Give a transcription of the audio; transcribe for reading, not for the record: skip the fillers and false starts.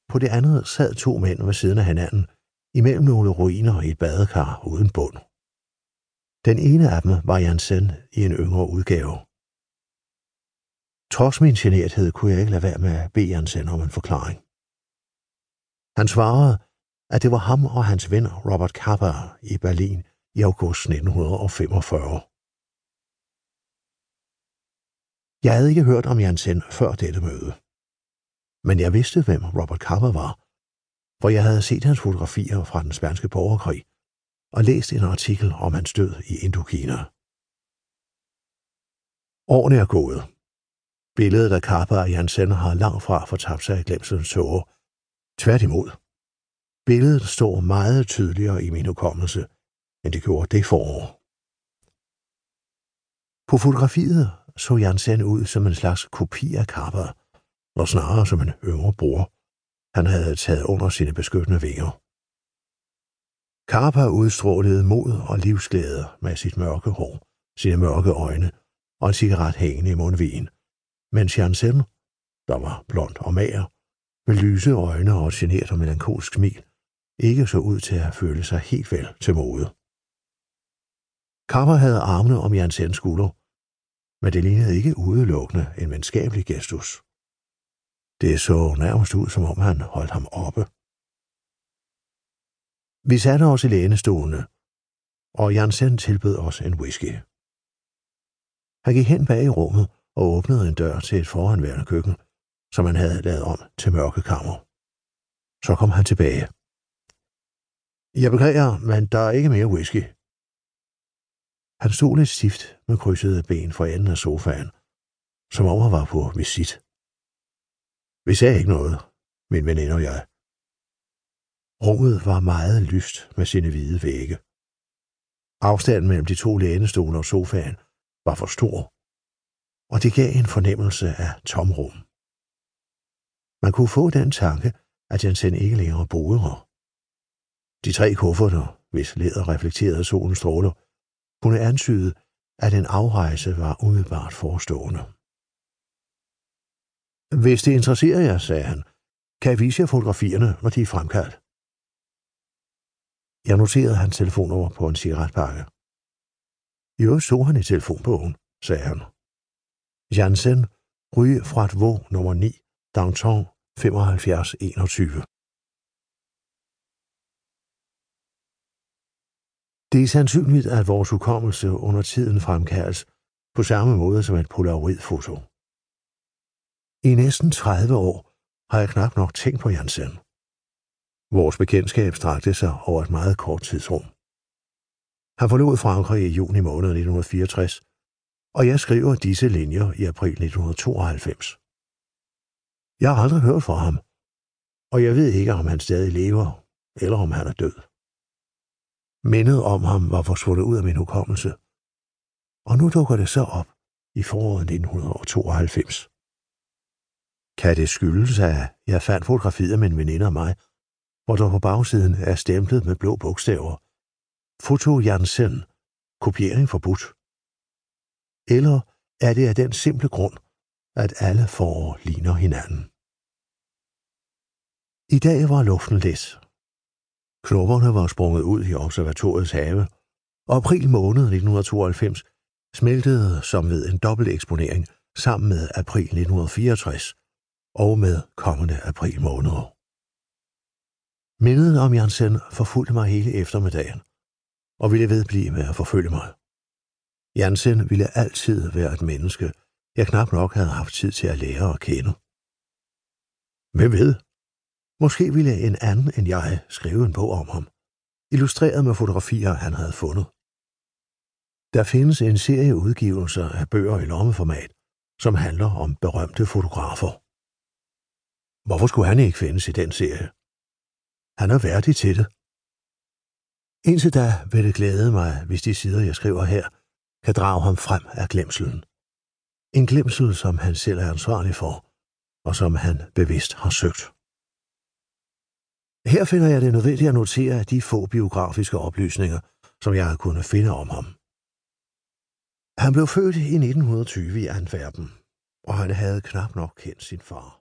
På det andet sad 2 mænd ved siden af hinanden, imellem nogle ruiner i et badekar uden bund. Den ene af dem var Jansen i en yngre udgave. Trods min generthed kunne jeg ikke lade være med at bede Jansen om en forklaring. Han svarede, at det var ham og hans ven Robert Capa i Berlin i august 1945. Jeg havde ikke hørt om Jansen før dette møde. Men jeg vidste, hvem Robert Capa var, for jeg havde set hans fotografier fra den spanske borgerkrig og læst en artikel om hans død i Indokina. Årene er gået. Billedet af Capa og Jansen har langt fra fortabt sig i glemselens tåge. Tværtimod. Billedet står meget tydeligere i min hukommelse, end det gjorde det forår. På fotografiet så Jansen ud som en slags kopi af Capa, og snarere som en yngre bror, han havde taget under sine beskyttende vinger. Capa udstrålede mod og livsglæde med sit mørke hår, sine mørke øjne og en cigaret hængende i mundvigen, mens Jansen, der var blond og mager, med lyse øjne og et genert og melankolsk smil, ikke så ud til at føle sig helt vel til mode. Capa havde armene om Jansens skulder, men det lignede ikke udelukkende en venskabelig gestus. Det så nærmest ud, som om han holdt ham oppe. Vi satte os i lænestolene, og Jansen tilbød os en whisky. Han gik hen bag i rummet og åbnede en dør til et foranværende køkken, som han havde lavet om til mørkekammer. Så kom han tilbage. Jeg beklager, men der er ikke mere whisky. Han stod lidt stift med krydsede ben for enden af sofaen, som om han var på visit. Vi sagde ikke noget, min veninde og jeg. Rummet var meget lyst med sine hvide vægge. Afstanden mellem de 2 lænestole og sofaen var for stor, og det gav en fornemmelse af tomrum. Man kunne få den tanke, at Jansen ikke længere boede her. De 3 kufferter, hvis læder reflekterede solens stråler, kunne antyde, at en afrejse var umiddelbart forestående. Hvis det interesserer jer, sagde han, kan jeg vise jer fotografierne, når de er fremkaldt. Jeg noterede hans telefonnummer på en cigaretpakke. I øvrigt så han i telefonbogen, sagde han. Jansen, Rue Fratevaux nummer 9, Danton 7521. Det er sandsynligt, at vores hukommelse under tiden fremkaldes på samme måde som et polaroidfoto. I næsten 30 år har jeg knap nok tænkt på Jansen. Vores bekendtskab strakte sig over et meget kort tidsrum. Han forlod Frankrig i juni måned 1964, og jeg skriver disse linjer i april 1992. Jeg har aldrig hørt fra ham, og jeg ved ikke, om han stadig lever, eller om han er død. Mindet om ham var forsvundet ud af min hukommelse, og nu dukker det så op i foråret 1992. Kan det skyldes, at jeg fandt fotografiet af min veninde og mig, hvor der på bagsiden er stemplet med blå bogstaver: Foto Jansen, kopiering forbudt? Eller er det af den simple grund, at alle forår ligner hinanden? I dag var luften let. Knopperne var sprunget ud i observatoriets have, og april måned 1992 smeltede som ved en dobbelt eksponering sammen med april 1964 og med kommende april måneder. Mindet om Jansen forfulgte mig hele eftermiddagen og ville vedblive med at forfølge mig. Jansen ville altid være et menneske, jeg knap nok havde haft tid til at lære at kende. Hvem ved? Måske ville en anden end jeg skrive en bog om ham, illustreret med fotografier, han havde fundet. Der findes en serie udgivelser af bøger i lommeformat, som handler om berømte fotografer. Hvorfor skulle han ikke findes i den serie? Han er værdig til det. Indtil da vil det glæde mig, hvis de sider, jeg skriver her, kan drage ham frem af glemselen. En glemsel, som han selv er ansvarlig for, og som han bevidst har søgt. Her finder jeg det nødvendigt at notere de få biografiske oplysninger, som jeg har kunnet finde om ham. Han blev født i 1920 i Antwerpen, og han havde knap nok kendt sin far.